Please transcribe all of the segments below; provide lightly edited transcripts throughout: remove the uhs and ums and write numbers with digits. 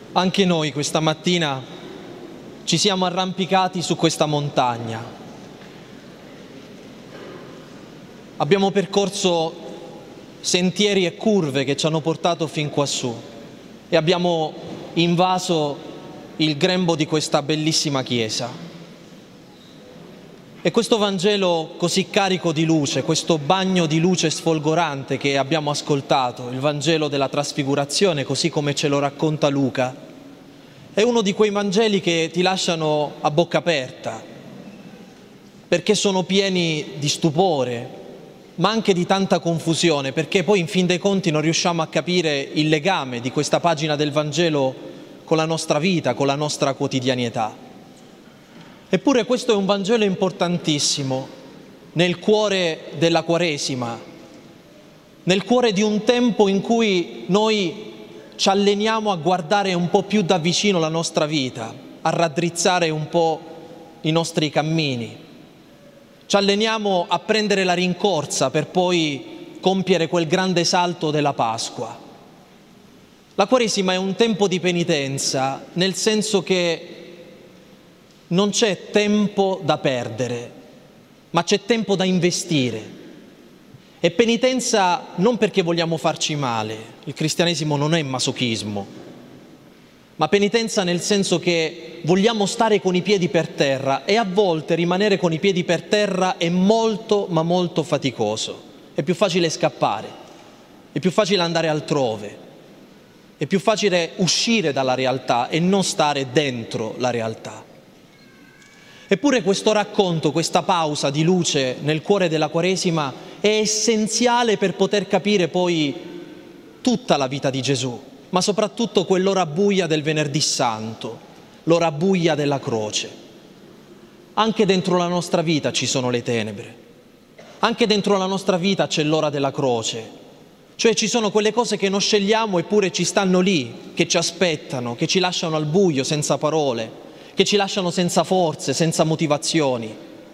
Anche noi questa mattina ci siamo arrampicati su questa montagna. Abbiamo percorso sentieri e curve che ci hanno portato fin quassù e abbiamo invaso il grembo di questa bellissima chiesa. E questo Vangelo così carico di luce, questo bagno di luce sfolgorante che abbiamo ascoltato, il Vangelo della Trasfigurazione, così come ce lo racconta Luca, è uno di quei Vangeli che ti lasciano a bocca aperta, perché sono pieni di stupore, ma anche di tanta confusione, perché poi in fin dei conti non riusciamo a capire il legame di questa pagina del Vangelo con la nostra vita, con la nostra quotidianità. Eppure questo è un Vangelo importantissimo nel cuore della Quaresima, nel cuore di un tempo in cui noi ci alleniamo a guardare un po' più da vicino la nostra vita, a raddrizzare un po' i nostri cammini. Ci alleniamo a prendere la rincorsa per poi compiere quel grande salto della Pasqua. La Quaresima è un tempo di penitenza, nel senso che non c'è tempo da perdere, ma c'è tempo da investire. E penitenza non perché vogliamo farci male, il cristianesimo non è masochismo, ma penitenza nel senso che vogliamo stare con i piedi per terra e a volte rimanere con i piedi per terra è molto, ma molto faticoso. È più facile scappare, è più facile andare altrove, è più facile uscire dalla realtà e non stare dentro la realtà. Eppure questo racconto, questa pausa di luce nel cuore della Quaresima è essenziale per poter capire poi tutta la vita di Gesù, ma soprattutto quell'ora buia del Venerdì Santo, l'ora buia della croce. Anche dentro la nostra vita ci sono le tenebre, anche dentro la nostra vita c'è l'ora della croce, cioè ci sono quelle cose che non scegliamo eppure ci stanno lì, che ci aspettano, che ci lasciano al buio senza parole, che ci lasciano senza forze, senza motivazioni.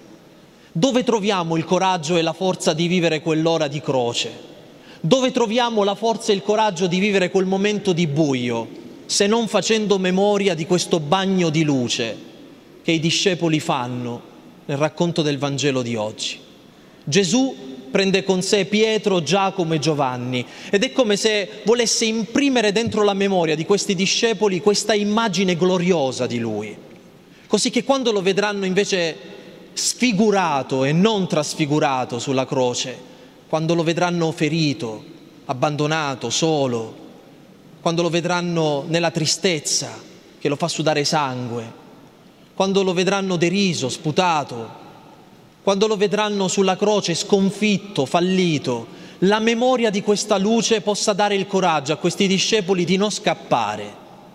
Dove troviamo il coraggio e la forza di vivere quell'ora di croce? Dove troviamo la forza e il coraggio di vivere quel momento di buio, se non facendo memoria di questo bagno di luce che i discepoli fanno nel racconto del Vangelo di oggi? Gesù prende con sé Pietro, Giacomo e Giovanni ed è come se volesse imprimere dentro la memoria di questi discepoli questa immagine gloriosa di Lui, così che quando lo vedranno invece sfigurato e non trasfigurato sulla croce, quando lo vedranno ferito, abbandonato, solo, quando lo vedranno nella tristezza che lo fa sudare sangue, quando lo vedranno deriso, sputato, quando lo vedranno sulla croce sconfitto, fallito, la memoria di questa luce possa dare il coraggio a questi discepoli di non scappare,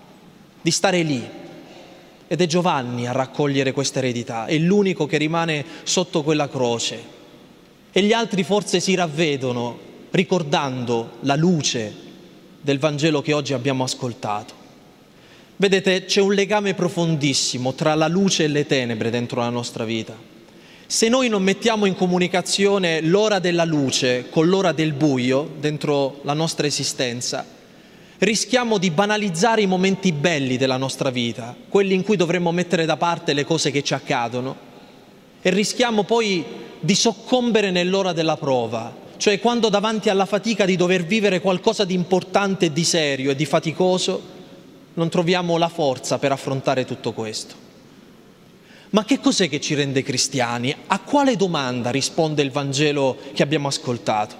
di stare lì. Ed è Giovanni a raccogliere questa eredità, è l'unico che rimane sotto quella croce. E gli altri forse si ravvedono ricordando la luce del Vangelo che oggi abbiamo ascoltato. Vedete, c'è un legame profondissimo tra la luce e le tenebre dentro la nostra vita. Se noi non mettiamo in comunicazione l'ora della luce con l'ora del buio dentro la nostra esistenza, rischiamo di banalizzare i momenti belli della nostra vita, quelli in cui dovremmo mettere da parte le cose che ci accadono, e rischiamo poi di soccombere nell'ora della prova, cioè quando davanti alla fatica di dover vivere qualcosa di importante e di serio e di faticoso, non troviamo la forza per affrontare tutto questo. Ma che cos'è che ci rende cristiani? A quale domanda risponde il Vangelo che abbiamo ascoltato?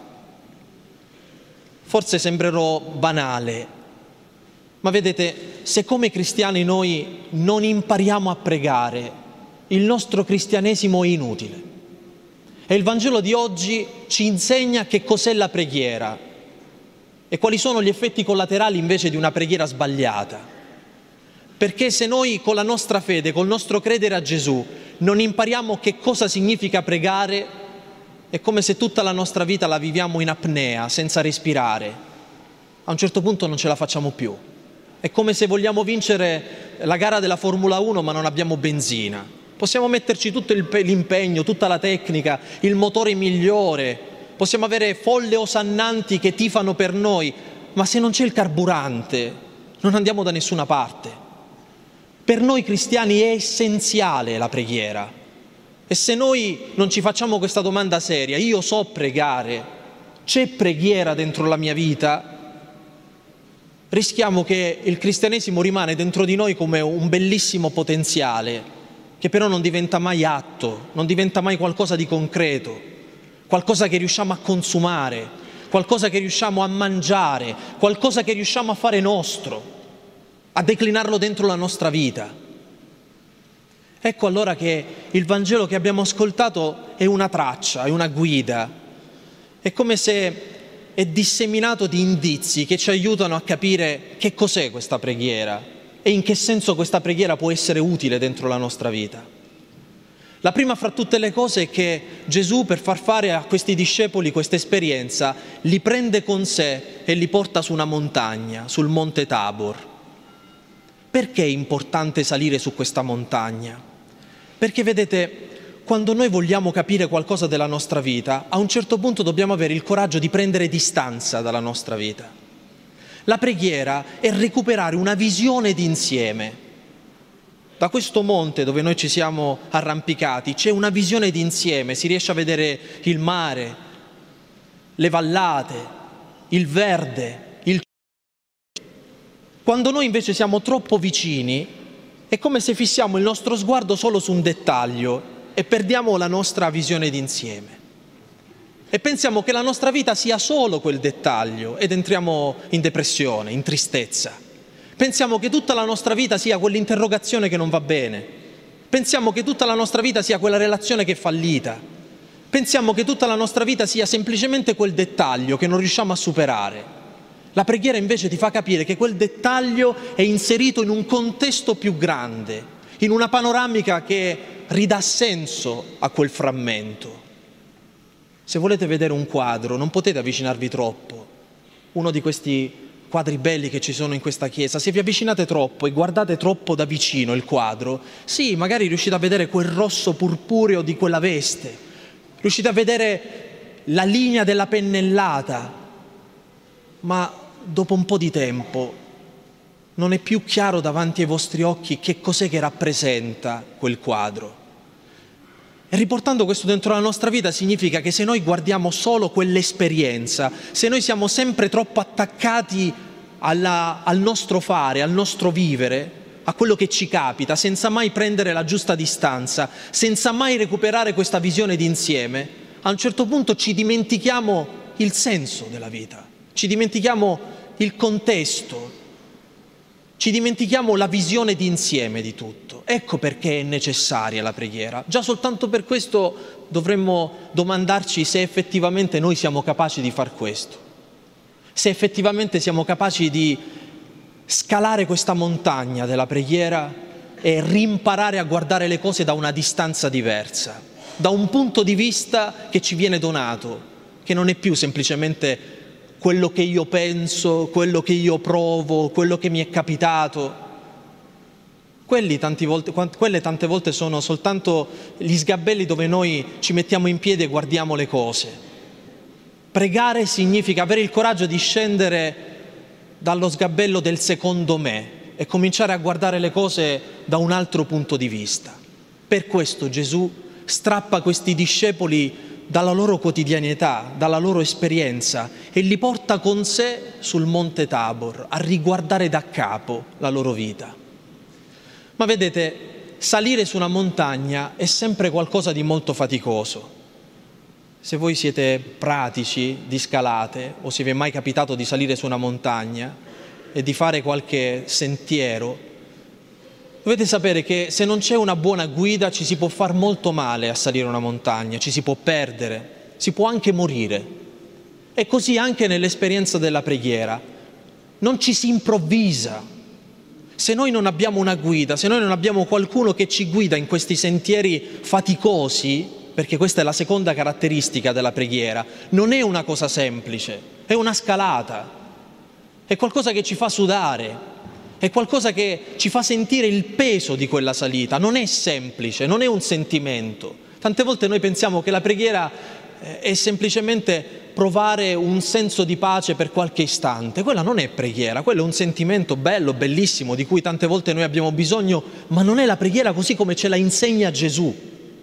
Forse sembrerò banale, ma vedete, se come cristiani noi non impariamo a pregare, il nostro cristianesimo è inutile. E il Vangelo di oggi ci insegna che cos'è la preghiera e quali sono gli effetti collaterali invece di una preghiera sbagliata. Perché se noi con la nostra fede, col nostro credere a Gesù, non impariamo che cosa significa pregare, è come se tutta la nostra vita la viviamo in apnea, senza respirare. A un certo punto non ce la facciamo più. È come se vogliamo vincere la gara della Formula 1 ma non abbiamo benzina. Possiamo metterci tutto l'impegno, tutta la tecnica, il motore migliore, possiamo avere folle osannanti che tifano per noi, ma se non c'è il carburante, non andiamo da nessuna parte. Per noi cristiani è essenziale la preghiera. E se noi non ci facciamo questa domanda seria, io so pregare, c'è preghiera dentro la mia vita, rischiamo che il cristianesimo rimane dentro di noi come un bellissimo potenziale, che però non diventa mai atto, non diventa mai qualcosa di concreto, qualcosa che riusciamo a consumare, qualcosa che riusciamo a mangiare, qualcosa che riusciamo a fare nostro, a declinarlo dentro la nostra vita. Ecco allora che il Vangelo che abbiamo ascoltato è una traccia, è una guida, è come se è disseminato di indizi che ci aiutano a capire che cos'è questa preghiera e in che senso questa preghiera può essere utile dentro la nostra vita. La prima fra tutte le cose è che Gesù, per far fare a questi discepoli questa esperienza, li prende con sé e li porta su una montagna, sul Monte Tabor. Perché è importante salire su questa montagna? Perché vedete, quando noi vogliamo capire qualcosa della nostra vita, a un certo punto dobbiamo avere il coraggio di prendere distanza dalla nostra vita. La preghiera è recuperare una visione d'insieme. Da questo monte dove noi ci siamo arrampicati c'è una visione d'insieme, si riesce a vedere il mare, le vallate, il verde, il cielo. Quando noi invece siamo troppo vicini, è come se fissiamo il nostro sguardo solo su un dettaglio e perdiamo la nostra visione d'insieme. E pensiamo che la nostra vita sia solo quel dettaglio ed entriamo in depressione, in tristezza. Pensiamo che tutta la nostra vita sia quell'interrogazione che non va bene. Pensiamo che tutta la nostra vita sia quella relazione che è fallita. Pensiamo che tutta la nostra vita sia semplicemente quel dettaglio che non riusciamo a superare. La preghiera invece ti fa capire che quel dettaglio è inserito in un contesto più grande, in una panoramica che ridà senso a quel frammento. Se volete vedere un quadro, non potete avvicinarvi troppo. Uno di questi quadri belli che ci sono in questa chiesa, se vi avvicinate troppo e guardate troppo da vicino il quadro, sì, magari riuscite a vedere quel rosso purpureo di quella veste, riuscite a vedere la linea della pennellata, ma dopo un po' di tempo non è più chiaro davanti ai vostri occhi che cos'è che rappresenta quel quadro. E riportando questo dentro la nostra vita significa che se noi guardiamo solo quell'esperienza, se noi siamo sempre troppo attaccati al nostro fare, al nostro vivere, a quello che ci capita, senza mai prendere la giusta distanza, senza mai recuperare questa visione d'insieme, a un certo punto ci dimentichiamo il senso della vita. Ci dimentichiamo il contesto, ci dimentichiamo la visione d'insieme di tutto. Ecco perché è necessaria la preghiera. Già soltanto per questo dovremmo domandarci se effettivamente noi siamo capaci di far questo, se effettivamente siamo capaci di scalare questa montagna della preghiera e rimparare a guardare le cose da una distanza diversa, da un punto di vista che ci viene donato, che non è più semplicemente quello che io penso, quello che io provo, quello che mi è capitato. Quelle tante volte sono soltanto gli sgabelli dove noi ci mettiamo in piedi e guardiamo le cose. Pregare significa avere il coraggio di scendere dallo sgabello del secondo me e cominciare a guardare le cose da un altro punto di vista. Per questo Gesù strappa questi discepoli dalla loro quotidianità, dalla loro esperienza e li porta con sé sul Monte Tabor a riguardare da capo la loro vita. Ma vedete, salire su una montagna è sempre qualcosa di molto faticoso. Se voi siete pratici di scalate o se vi è mai capitato di salire su una montagna e di fare qualche sentiero, dovete sapere che se non c'è una buona guida ci si può far molto male a salire una montagna, ci si può perdere, si può anche morire. E così anche nell'esperienza della preghiera. Non ci si improvvisa. Se noi non abbiamo una guida, se noi non abbiamo qualcuno che ci guida in questi sentieri faticosi, perché questa è la seconda caratteristica della preghiera, non è una cosa semplice, è una scalata, è qualcosa che ci fa sudare, è qualcosa che ci fa sentire il peso di quella salita, non è semplice, non è un sentimento. Tante volte noi pensiamo che la preghiera è semplicemente provare un senso di pace per qualche istante. Quella non è preghiera, quello è un sentimento bello, bellissimo, di cui tante volte noi abbiamo bisogno, ma non è la preghiera così come ce la insegna Gesù.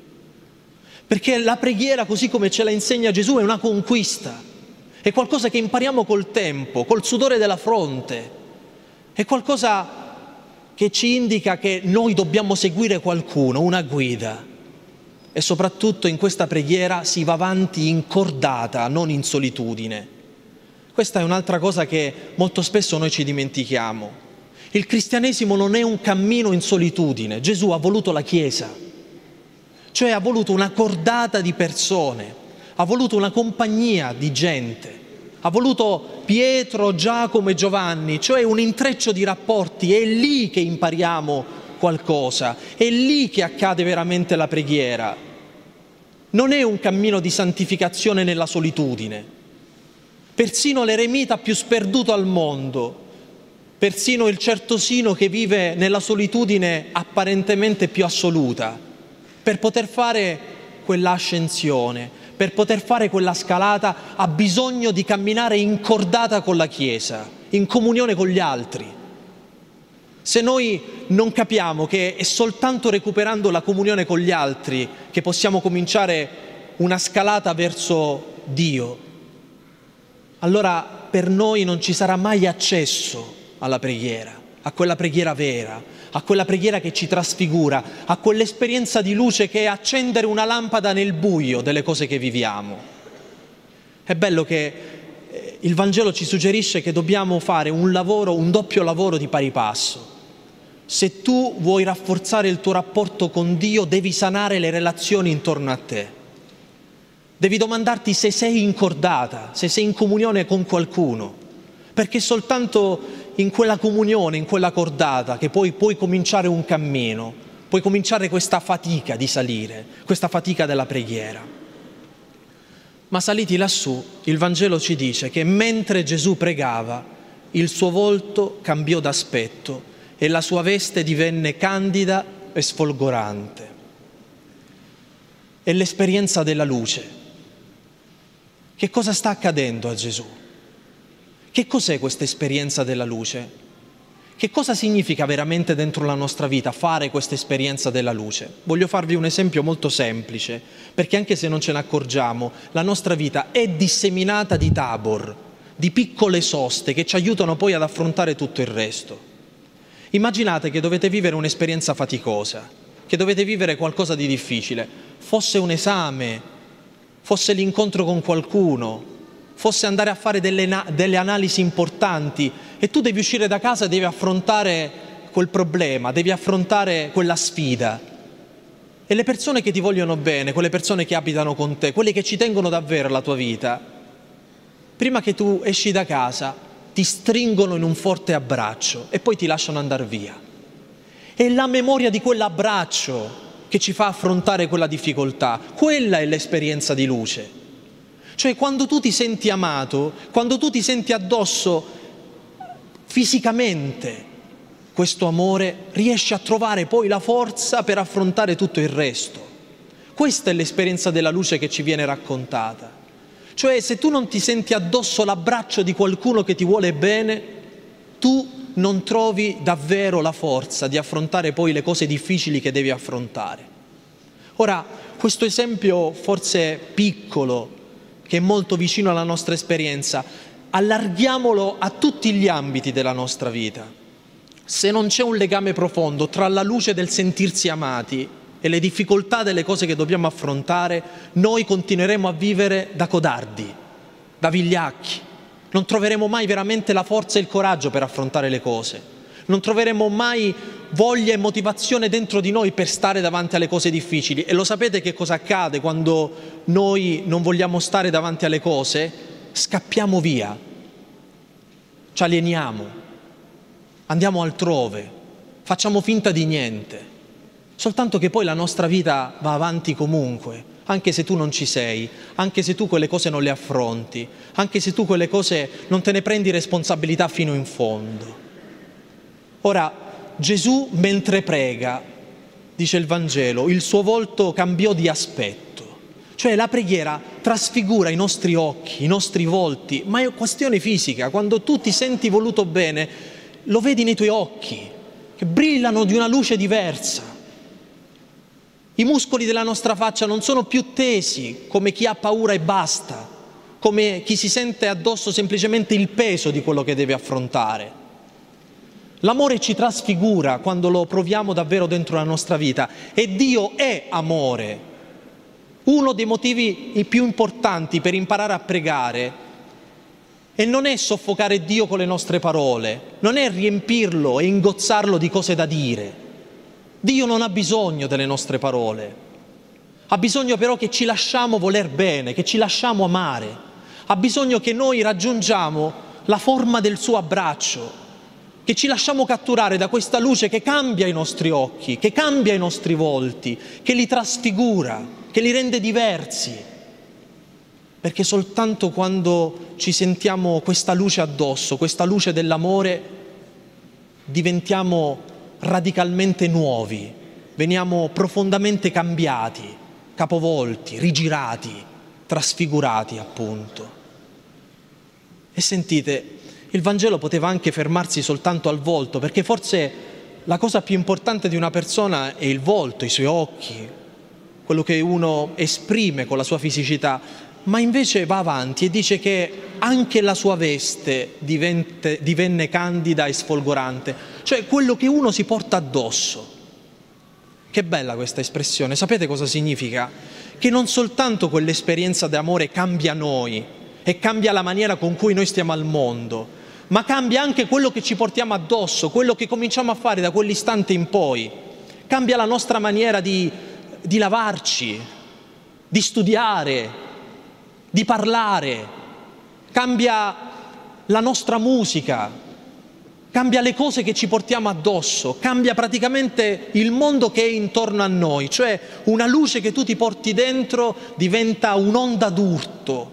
Perché la preghiera, così come ce la insegna Gesù, è una conquista, è qualcosa che impariamo col tempo, col sudore della fronte, è qualcosa che ci indica che noi dobbiamo seguire qualcuno, una guida. E soprattutto in questa preghiera si va avanti in cordata, non in solitudine. Questa è un'altra cosa che molto spesso noi ci dimentichiamo. Il cristianesimo non è un cammino in solitudine. Gesù ha voluto la Chiesa, cioè ha voluto una cordata di persone, ha voluto una compagnia di gente, ha voluto Pietro, Giacomo e Giovanni, cioè un intreccio di rapporti. È lì che impariamo qualcosa, è lì che accade veramente la preghiera. Non è un cammino di santificazione nella solitudine. Persino l'eremita più sperduto al mondo, persino il certosino che vive nella solitudine apparentemente più assoluta, per poter fare quell'ascensione, per poter fare quella scalata, ha bisogno di camminare in cordata con la Chiesa, in comunione con gli altri. Se noi non capiamo che è soltanto recuperando la comunione con gli altri che possiamo cominciare una scalata verso Dio, allora per noi non ci sarà mai accesso alla preghiera, a quella preghiera vera, a quella preghiera che ci trasfigura, a quell'esperienza di luce che è accendere una lampada nel buio delle cose che viviamo. È bello che il Vangelo ci suggerisce che dobbiamo fare un lavoro, un doppio lavoro di pari passo. Se tu vuoi rafforzare il tuo rapporto con Dio, devi sanare le relazioni intorno a te. Devi domandarti se sei incordata, se sei in comunione con qualcuno, perché soltanto in quella comunione, in quella cordata, che poi puoi cominciare un cammino, puoi cominciare questa fatica di salire, questa fatica della preghiera. Ma saliti lassù, il Vangelo ci dice che mentre Gesù pregava, il suo volto cambiò d'aspetto e la sua veste divenne candida e sfolgorante. È l'esperienza della luce. Che cosa sta accadendo a Gesù? Che cos'è questa esperienza della luce? Che cosa significa veramente dentro la nostra vita fare questa esperienza della luce? Voglio farvi un esempio molto semplice, perché anche se non ce ne accorgiamo, la nostra vita è disseminata di tabor, di piccole soste che ci aiutano poi ad affrontare tutto il resto. Immaginate che dovete vivere un'esperienza faticosa, che dovete vivere qualcosa di difficile, fosse un esame, fosse l'incontro con qualcuno, fosse andare a fare delle analisi importanti e tu devi uscire da casa e devi affrontare quel problema, devi affrontare quella sfida. E le persone che ti vogliono bene, quelle persone che abitano con te, quelle che ci tengono davvero alla tua vita, prima che tu esci da casa, ti stringono in un forte abbraccio e poi ti lasciano andare via. È la memoria di quell'abbraccio che ci fa affrontare quella difficoltà. Quella è l'esperienza di luce. Cioè quando tu ti senti amato, quando tu ti senti addosso fisicamente questo amore, riesci a trovare poi la forza per affrontare tutto il resto. Questa è l'esperienza della luce che ci viene raccontata. Cioè se tu non ti senti addosso l'abbraccio di qualcuno che ti vuole bene, tu non trovi davvero la forza di affrontare poi le cose difficili che devi affrontare. Ora, questo esempio forse piccolo, che è molto vicino alla nostra esperienza, allarghiamolo a tutti gli ambiti della nostra vita. Se non c'è un legame profondo tra la luce del sentirsi amati e le difficoltà delle cose che dobbiamo affrontare, noi continueremo a vivere da codardi, da vigliacchi. Non troveremo mai veramente la forza e il coraggio per affrontare le cose. Non troveremo mai voglia e motivazione dentro di noi per stare davanti alle cose difficili. E lo sapete che cosa accade quando noi non vogliamo stare davanti alle cose? Scappiamo via, ci alieniamo, andiamo altrove, facciamo finta di niente. Soltanto che poi la nostra vita va avanti comunque, anche se tu non ci sei, anche se tu quelle cose non le affronti, anche se tu quelle cose non te ne prendi responsabilità fino in fondo. Ora, Gesù mentre prega, dice il Vangelo, il suo volto cambiò di aspetto. Cioè la preghiera trasfigura i nostri occhi, i nostri volti, ma è questione fisica. Quando tu ti senti voluto bene, lo vedi nei tuoi occhi, che brillano di una luce diversa. I muscoli della nostra faccia non sono più tesi come chi ha paura e basta, come chi si sente addosso semplicemente il peso di quello che deve affrontare. L'amore ci trasfigura quando lo proviamo davvero dentro la nostra vita, e Dio è amore. Uno dei motivi più importanti per imparare a pregare e non è soffocare Dio con le nostre parole, non è riempirlo e ingozzarlo di cose da dire. Dio non ha bisogno delle nostre parole, ha bisogno però che ci lasciamo voler bene, che ci lasciamo amare, ha bisogno che noi raggiungiamo la forma del suo abbraccio, che ci lasciamo catturare da questa luce che cambia i nostri occhi, che cambia i nostri volti, che li trasfigura, che li rende diversi. Perché soltanto quando ci sentiamo questa luce addosso, questa luce dell'amore, diventiamo radicalmente nuovi, veniamo profondamente cambiati, capovolti, rigirati, trasfigurati appunto. E sentite, il Vangelo poteva anche fermarsi soltanto al volto, perché forse la cosa più importante di una persona è il volto, i suoi occhi, quello che uno esprime con la sua fisicità, ma invece va avanti e dice che anche la sua veste divenne candida e sfolgorante, cioè quello che uno si porta addosso. Che bella questa espressione, sapete cosa significa? Che non soltanto quell'esperienza d'amore cambia noi e cambia la maniera con cui noi stiamo al mondo, ma cambia anche quello che ci portiamo addosso, quello che cominciamo a fare da quell'istante in poi. Cambia la nostra maniera di lavarci, di studiare, di parlare, cambia la nostra musica, cambia le cose che ci portiamo addosso, cambia praticamente il mondo che è intorno a noi, cioè una luce che tu ti porti dentro diventa un'onda d'urto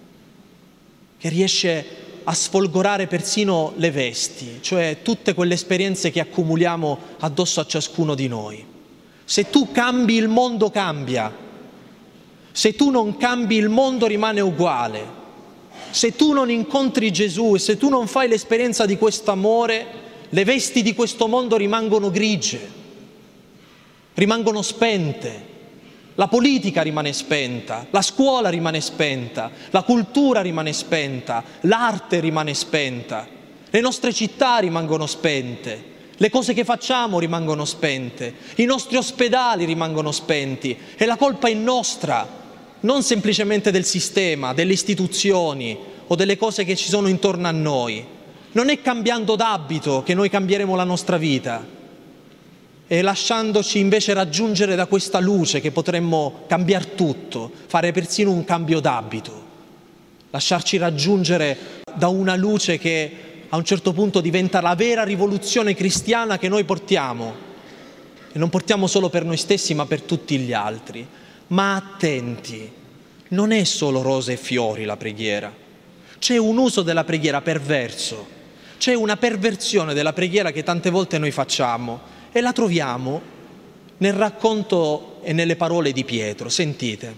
che riesce a sfolgorare persino le vesti, cioè tutte quelle esperienze che accumuliamo addosso a ciascuno di noi. Se tu cambi, il mondo cambia. Se tu non cambi, il mondo rimane uguale. Se tu non incontri Gesù e se tu non fai l'esperienza di questo amore, le vesti di questo mondo rimangono grigie, rimangono spente. La politica rimane spenta, la scuola rimane spenta, la cultura rimane spenta, l'arte rimane spenta, le nostre città rimangono spente. Le cose che facciamo rimangono spente, i nostri ospedali rimangono spenti e la colpa è nostra, non semplicemente del sistema, delle istituzioni o delle cose che ci sono intorno a noi. Non è cambiando d'abito che noi cambieremo la nostra vita, è lasciandoci invece raggiungere da questa luce che potremmo cambiare tutto, fare persino un cambio d'abito, lasciarci raggiungere da una luce che a un certo punto diventa la vera rivoluzione cristiana che noi portiamo, e non portiamo solo per noi stessi ma per tutti gli altri. Ma attenti, non è solo rose e fiori la preghiera, c'è un uso della preghiera perverso, c'è una perversione della preghiera che tante volte noi facciamo e la troviamo nel racconto e nelle parole di Pietro. Sentite,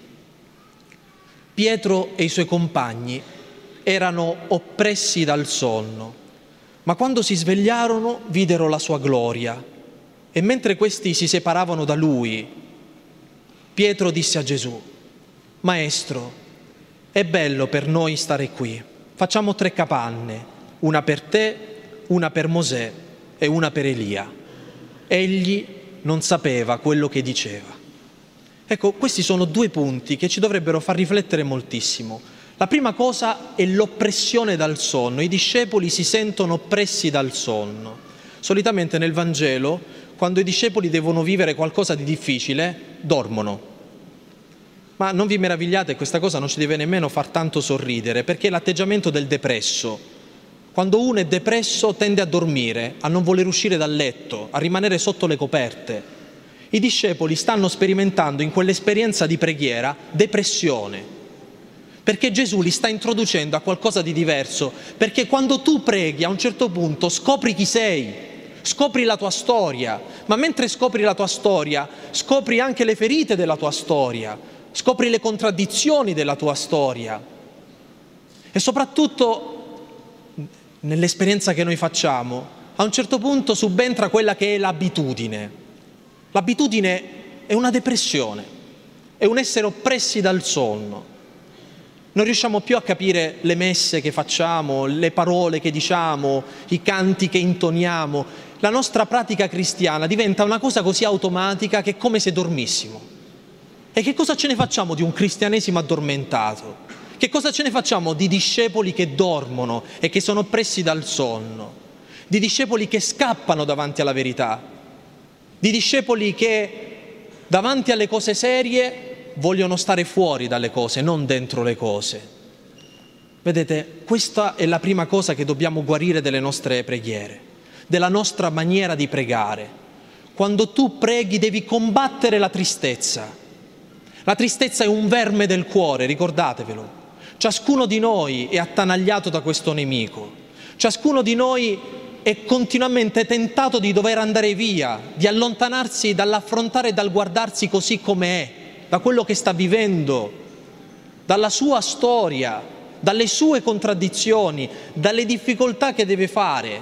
Pietro e i suoi compagni erano oppressi dal sonno, ma quando si svegliarono videro la sua gloria e mentre questi si separavano da lui, Pietro disse a Gesù: Maestro, è bello per noi stare qui, facciamo 3 capanne, una per te, una per Mosè e una per Elia. Egli non sapeva quello che diceva. Ecco, questi sono 2 punti che ci dovrebbero far riflettere moltissimo. La prima cosa è l'oppressione dal sonno. I discepoli si sentono oppressi dal sonno. Solitamente nel Vangelo, quando i discepoli devono vivere qualcosa di difficile, dormono. Ma non vi meravigliate, questa cosa non ci deve nemmeno far tanto sorridere, perché è l'atteggiamento del depresso. Quando uno è depresso tende a dormire, a non voler uscire dal letto, a rimanere sotto le coperte. I discepoli stanno sperimentando in quell'esperienza di preghiera depressione, perché Gesù li sta introducendo a qualcosa di diverso, perché quando tu preghi a un certo punto scopri chi sei, scopri la tua storia, ma mentre scopri la tua storia, scopri anche le ferite della tua storia, scopri le contraddizioni della tua storia e soprattutto nell'esperienza che noi facciamo, a un certo punto subentra quella che è l'abitudine. L'abitudine è una depressione, è un essere oppressi dal sonno. Non riusciamo più a capire le messe che facciamo, le parole che diciamo, i canti che intoniamo. La nostra pratica cristiana diventa una cosa così automatica che è come se dormissimo. E che cosa ce ne facciamo di un cristianesimo addormentato? Che cosa ce ne facciamo di discepoli che dormono e che sono oppressi dal sonno? Di discepoli che scappano davanti alla verità? Di discepoli che davanti alle cose serie vogliono stare fuori dalle cose, non dentro le cose? Vedete, questa è la prima cosa che dobbiamo guarire delle nostre preghiere, della nostra maniera di pregare. Quando tu preghi devi combattere la tristezza. La tristezza è un verme del cuore, ricordatevelo. Ciascuno di noi è attanagliato da questo nemico. Ciascuno di noi è continuamente tentato di dover andare via, di allontanarsi dall'affrontare e dal guardarsi così come è, da quello che sta vivendo, dalla sua storia, dalle sue contraddizioni, dalle difficoltà che deve fare.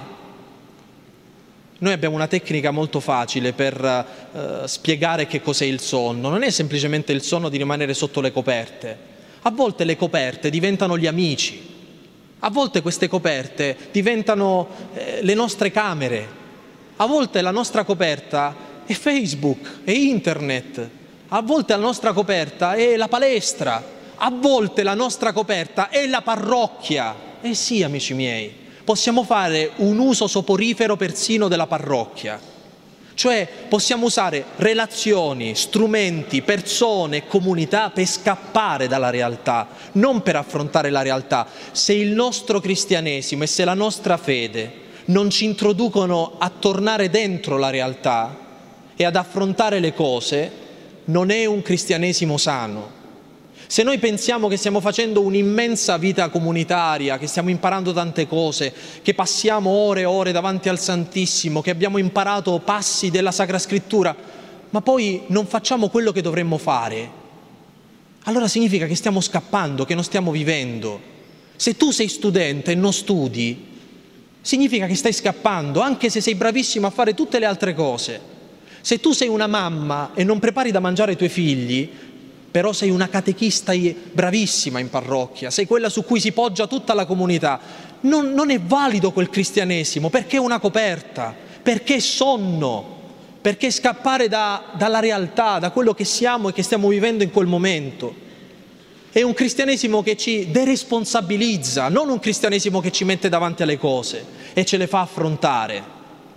Noi abbiamo una tecnica molto facile per spiegare che cos'è il sonno. Non è semplicemente il sonno di rimanere sotto le coperte. A volte le coperte diventano gli amici, a volte queste coperte diventano le nostre camere, a volte la nostra coperta è Facebook, è internet, a volte la nostra coperta è la palestra, a volte la nostra coperta è la parrocchia. Eh sì, amici miei, possiamo fare un uso soporifero persino della parrocchia. Cioè possiamo usare relazioni, strumenti, persone, comunità per scappare dalla realtà, non per affrontare la realtà. Se il nostro cristianesimo e se la nostra fede non ci introducono a tornare dentro la realtà e ad affrontare le cose, non è un cristianesimo sano. Se noi pensiamo che stiamo facendo un'immensa vita comunitaria, che stiamo imparando tante cose, che passiamo ore e ore davanti al Santissimo, che abbiamo imparato passi della Sacra Scrittura, ma poi non facciamo quello che dovremmo fare, allora significa che stiamo scappando, che non stiamo vivendo. Se tu sei studente e non studi, significa che stai scappando, anche se sei bravissimo a fare tutte le altre cose. Se tu sei una mamma e non prepari da mangiare ai tuoi figli, però sei una catechista bravissima in parrocchia, sei quella su cui si poggia tutta la comunità, non è valido quel cristianesimo, perché è una coperta, perché è sonno, perché è scappare dalla realtà, da quello che siamo e che stiamo vivendo in quel momento. È un cristianesimo che ci deresponsabilizza, non un cristianesimo che ci mette davanti alle cose e ce le fa affrontare.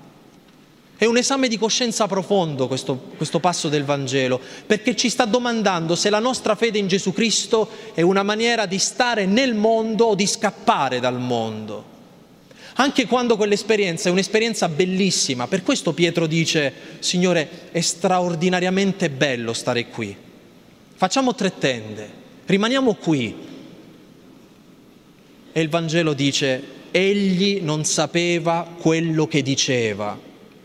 È un esame di coscienza profondo questo passo del Vangelo, perché ci sta domandando se la nostra fede in Gesù Cristo è una maniera di stare nel mondo o di scappare dal mondo. Anche quando quell'esperienza è un'esperienza bellissima, per questo Pietro dice: Signore, è straordinariamente bello stare qui. Facciamo 3 tende, rimaniamo qui. E il Vangelo dice: egli non sapeva quello che diceva.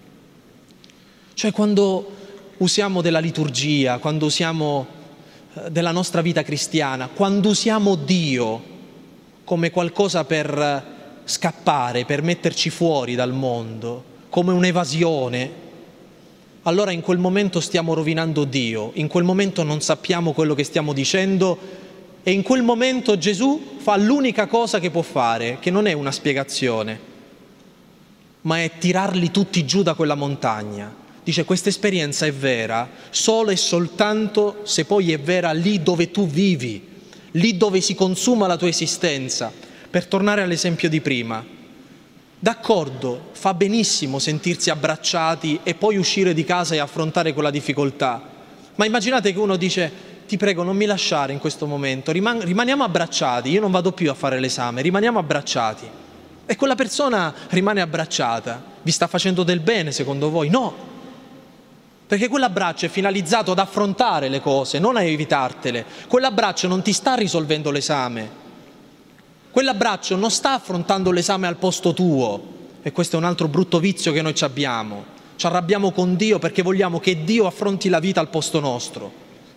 Cioè quando usiamo della liturgia, quando usiamo della nostra vita cristiana, quando usiamo Dio come qualcosa per scappare, per metterci fuori dal mondo, come un'evasione, allora in quel momento stiamo rovinando Dio, in quel momento non sappiamo quello che stiamo dicendo e in quel momento Gesù fa l'unica cosa che può fare, che non è una spiegazione, ma è tirarli tutti giù da quella montagna. Dice: questa esperienza è vera solo e soltanto se poi è vera lì dove tu vivi, lì dove si consuma la tua esistenza. Per tornare all'esempio di prima, d'accordo, fa benissimo sentirsi abbracciati e poi uscire di casa e affrontare quella difficoltà, ma immaginate che uno dice: ti prego non mi lasciare in questo momento, rimaniamo abbracciati, io non vado più a fare l'esame, rimaniamo abbracciati. E quella persona rimane abbracciata, vi sta facendo del bene secondo voi? No! Perché quell'abbraccio è finalizzato ad affrontare le cose, non a evitartele. Quell'abbraccio non ti sta risolvendo l'esame. Quell'abbraccio non sta affrontando l'esame al posto tuo. E questo è un altro brutto vizio che noi abbiamo. Ci arrabbiamo con Dio perché vogliamo che Dio affronti la vita al posto nostro.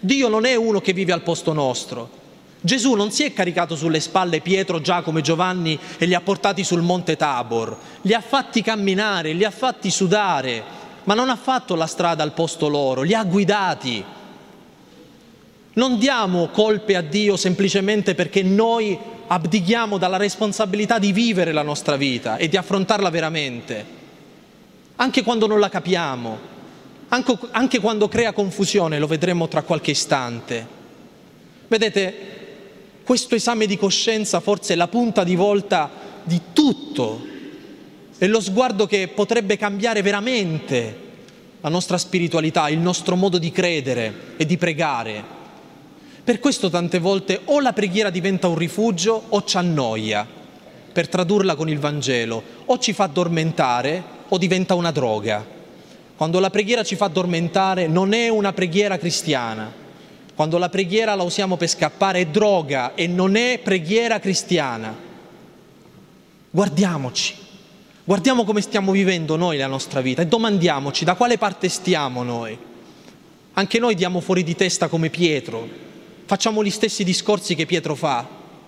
Dio non è uno che vive al posto nostro. Gesù non si è caricato sulle spalle Pietro, Giacomo e Giovanni e li ha portati sul monte Tabor, li ha fatti camminare, li ha fatti sudare, ma non ha fatto la strada al posto loro, li ha guidati. Non diamo colpe a Dio semplicemente perché noi abdichiamo dalla responsabilità di vivere la nostra vita e di affrontarla veramente, anche quando non la capiamo, anche quando crea confusione, lo vedremo tra qualche istante. Vedete, questo esame di coscienza forse è la punta di volta di tutto, è lo sguardo che potrebbe cambiare veramente la nostra spiritualità, il nostro modo di credere e di pregare. Per questo tante volte o la preghiera diventa un rifugio o ci annoia, per tradurla con il Vangelo, o ci fa addormentare o diventa una droga. Quando la preghiera ci fa addormentare non è una preghiera cristiana. Quando la preghiera la usiamo per scappare è droga e non è preghiera cristiana. Guardiamoci, guardiamo come stiamo vivendo noi la nostra vita e domandiamoci da quale parte stiamo noi. Anche noi diamo fuori di testa come Pietro, facciamo gli stessi discorsi che Pietro fa.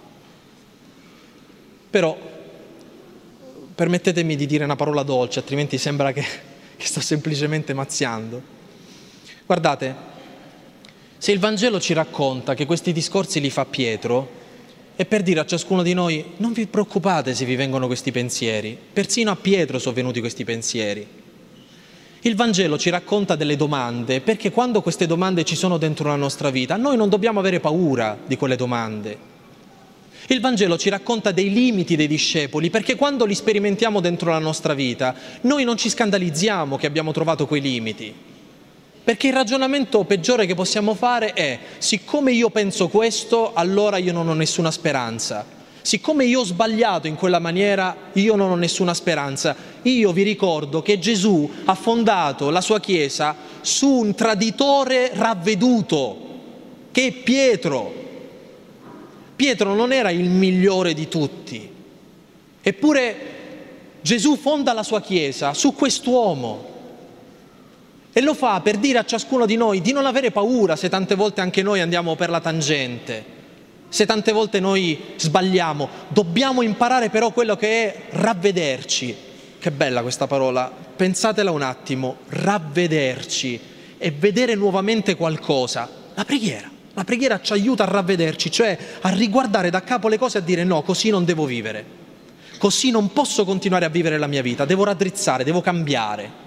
Però permettetemi di dire una parola dolce, altrimenti sembra che sto semplicemente mazziando. Guardate, se il Vangelo ci racconta che questi discorsi li fa Pietro, è per dire a ciascuno di noi: non vi preoccupate se vi vengono questi pensieri, persino a Pietro sono venuti questi pensieri. Il Vangelo ci racconta delle domande, perché quando queste domande ci sono dentro la nostra vita, noi non dobbiamo avere paura di quelle domande. Il Vangelo ci racconta dei limiti dei discepoli, perché quando li sperimentiamo dentro la nostra vita, noi non ci scandalizziamo che abbiamo trovato quei limiti. Perché il ragionamento peggiore che possiamo fare è: siccome io penso questo, allora io non ho nessuna speranza. Siccome io ho sbagliato in quella maniera, io non ho nessuna speranza. Io vi ricordo che Gesù ha fondato la sua Chiesa su un traditore ravveduto, che è Pietro. Pietro non era il migliore di tutti. Eppure Gesù fonda la sua Chiesa su quest'uomo. E lo fa per dire a ciascuno di noi di non avere paura se tante volte anche noi andiamo per la tangente, se tante volte noi sbagliamo. Dobbiamo imparare però quello che è ravvederci. Che bella questa parola, pensatela un attimo, ravvederci e vedere nuovamente qualcosa. La preghiera ci aiuta a ravvederci, cioè a riguardare da capo le cose e a dire: no, così non devo vivere, così non posso continuare a vivere la mia vita, devo raddrizzare, devo cambiare.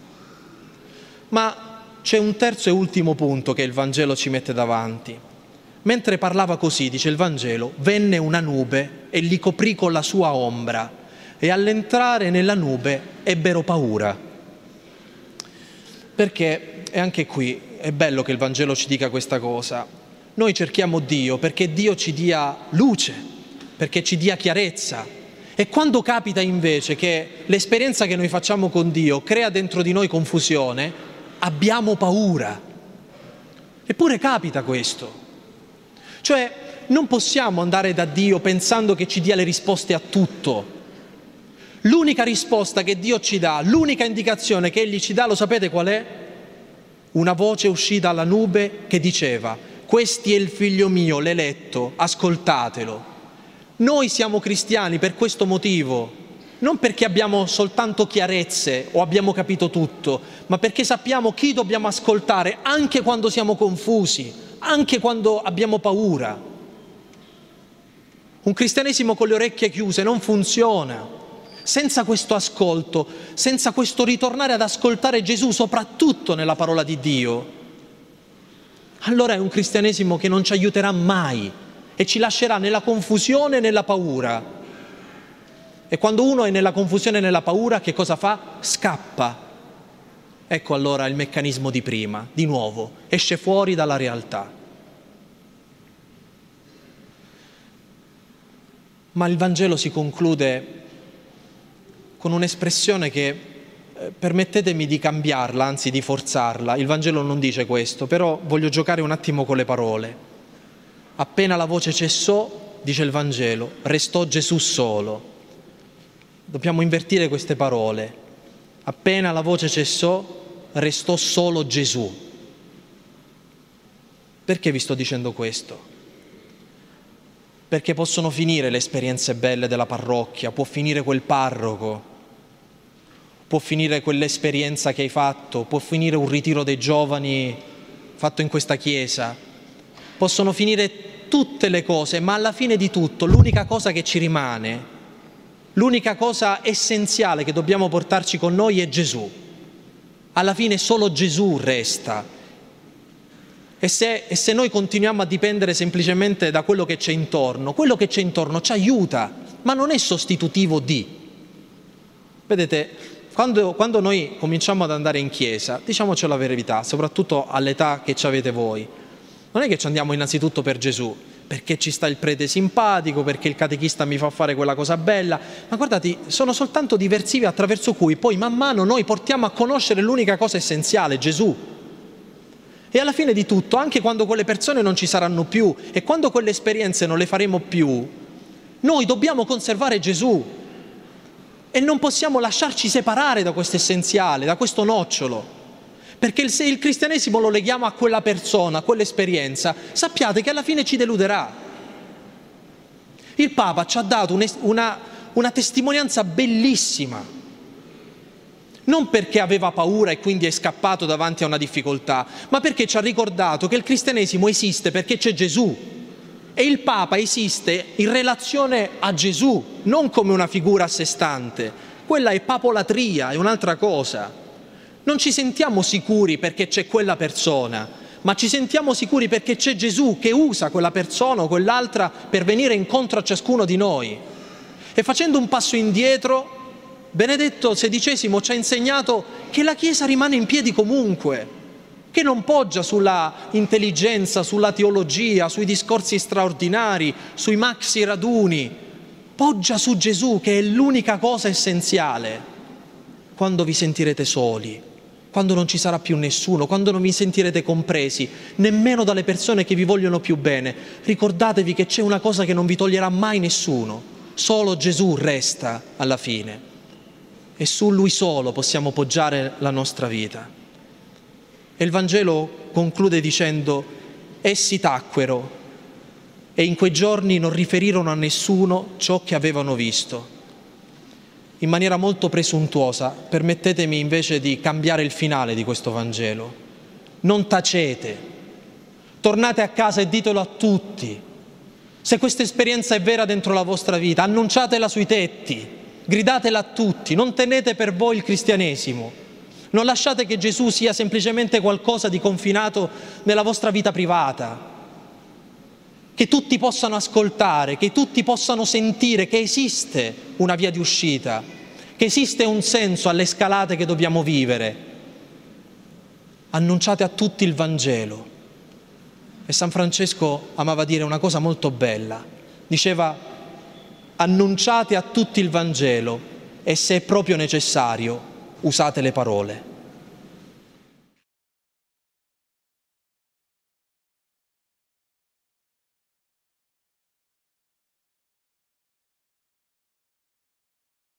Ma c'è un terzo e ultimo punto che il Vangelo ci mette davanti. Mentre parlava così, dice il Vangelo, venne una nube e li coprì con la sua ombra, e all'entrare nella nube ebbero paura. Perché, e anche qui è bello che il Vangelo ci dica questa cosa, noi cerchiamo Dio perché Dio ci dia luce, perché ci dia chiarezza. E quando capita invece che l'esperienza che noi facciamo con Dio crea dentro di noi confusione, abbiamo paura. Eppure capita questo. Cioè, non possiamo andare da Dio pensando che ci dia le risposte a tutto. L'unica risposta che Dio ci dà, l'unica indicazione che Egli ci dà, lo sapete qual è? Una voce uscita dalla nube che diceva: «Questi è il figlio mio, l'eletto, ascoltatelo». Noi siamo cristiani per questo motivo, non perché abbiamo soltanto chiarezze o abbiamo capito tutto, ma perché sappiamo chi dobbiamo ascoltare anche quando siamo confusi, anche quando abbiamo paura. Un cristianesimo con le orecchie chiuse non funziona. Senza questo ascolto, senza questo ritornare ad ascoltare Gesù, soprattutto nella parola di Dio, allora è un cristianesimo che non ci aiuterà mai e ci lascerà nella confusione e nella paura. E quando uno è nella confusione e nella paura, che cosa fa? Scappa. Ecco allora il meccanismo di prima, di nuovo, esce fuori dalla realtà. Ma il Vangelo si conclude con un'espressione che, permettetemi di cambiarla, anzi di forzarla. Il Vangelo non dice questo, però voglio giocare un attimo con le parole. Appena la voce cessò, dice il Vangelo, restò Gesù solo. Dobbiamo invertire queste parole. Appena la voce cessò, restò solo Gesù. Perché vi sto dicendo questo? Perché possono finire le esperienze belle della parrocchia, può finire quel parroco, può finire quell'esperienza che hai fatto, può finire un ritiro dei giovani fatto in questa chiesa, possono finire tutte le cose, ma alla fine di tutto l'unica cosa che ci rimane, l'unica cosa essenziale che dobbiamo portarci con noi è Gesù. Alla fine solo Gesù resta. E se noi continuiamo a dipendere semplicemente da quello che c'è intorno ci aiuta, ma non è sostitutivo di. Vedete, quando noi cominciamo ad andare in chiesa, diciamoci la verità, soprattutto all'età che avete voi, non è che ci andiamo innanzitutto per Gesù, perché ci sta il prete simpatico, perché il catechista mi fa fare quella cosa bella, ma guardate, sono soltanto diversivi attraverso cui poi man mano noi portiamo a conoscere l'unica cosa essenziale, Gesù. E alla fine di tutto, anche quando quelle persone non ci saranno più e quando quelle esperienze non le faremo più, noi dobbiamo conservare Gesù e non possiamo lasciarci separare da questo essenziale, da questo nocciolo. Perché se il cristianesimo lo leghiamo a quella persona, a quell'esperienza, sappiate che alla fine ci deluderà. Il Papa ci ha dato una testimonianza bellissima. Non perché aveva paura e quindi è scappato davanti a una difficoltà, ma perché ci ha ricordato che il cristianesimo esiste perché c'è Gesù. E il Papa esiste in relazione a Gesù, non come una figura a sé stante. Quella è papolatria, è un'altra cosa. Non ci sentiamo sicuri perché c'è quella persona, ma ci sentiamo sicuri perché c'è Gesù che usa quella persona o quell'altra per venire incontro a ciascuno di noi. E facendo un passo indietro, Benedetto XVI ci ha insegnato che la Chiesa rimane in piedi comunque, che non poggia sulla intelligenza, sulla teologia, sui discorsi straordinari, sui maxi raduni, poggia su Gesù che è l'unica cosa essenziale. Quando vi sentirete soli, quando non ci sarà più nessuno, quando non vi sentirete compresi, nemmeno dalle persone che vi vogliono più bene, ricordatevi che c'è una cosa che non vi toglierà mai nessuno, solo Gesù resta alla fine. E su Lui solo possiamo poggiare la nostra vita. E il Vangelo conclude dicendo: essi tacquero e in quei giorni non riferirono a nessuno ciò che avevano visto. In maniera molto presuntuosa, permettetemi invece di cambiare il finale di questo Vangelo. Non tacete, tornate a casa e ditelo a tutti. Se questa esperienza è vera dentro la vostra vita, annunciatela sui tetti. Gridatela a tutti, non tenete per voi il cristianesimo, non lasciate che Gesù sia semplicemente qualcosa di confinato nella vostra vita privata, che tutti possano ascoltare, che tutti possano sentire che esiste una via di uscita, che esiste un senso alle scalate che dobbiamo vivere. Annunciate a tutti il Vangelo. E San Francesco amava dire una cosa molto bella, diceva: annunciate a tutti il Vangelo e se è proprio necessario usate le parole.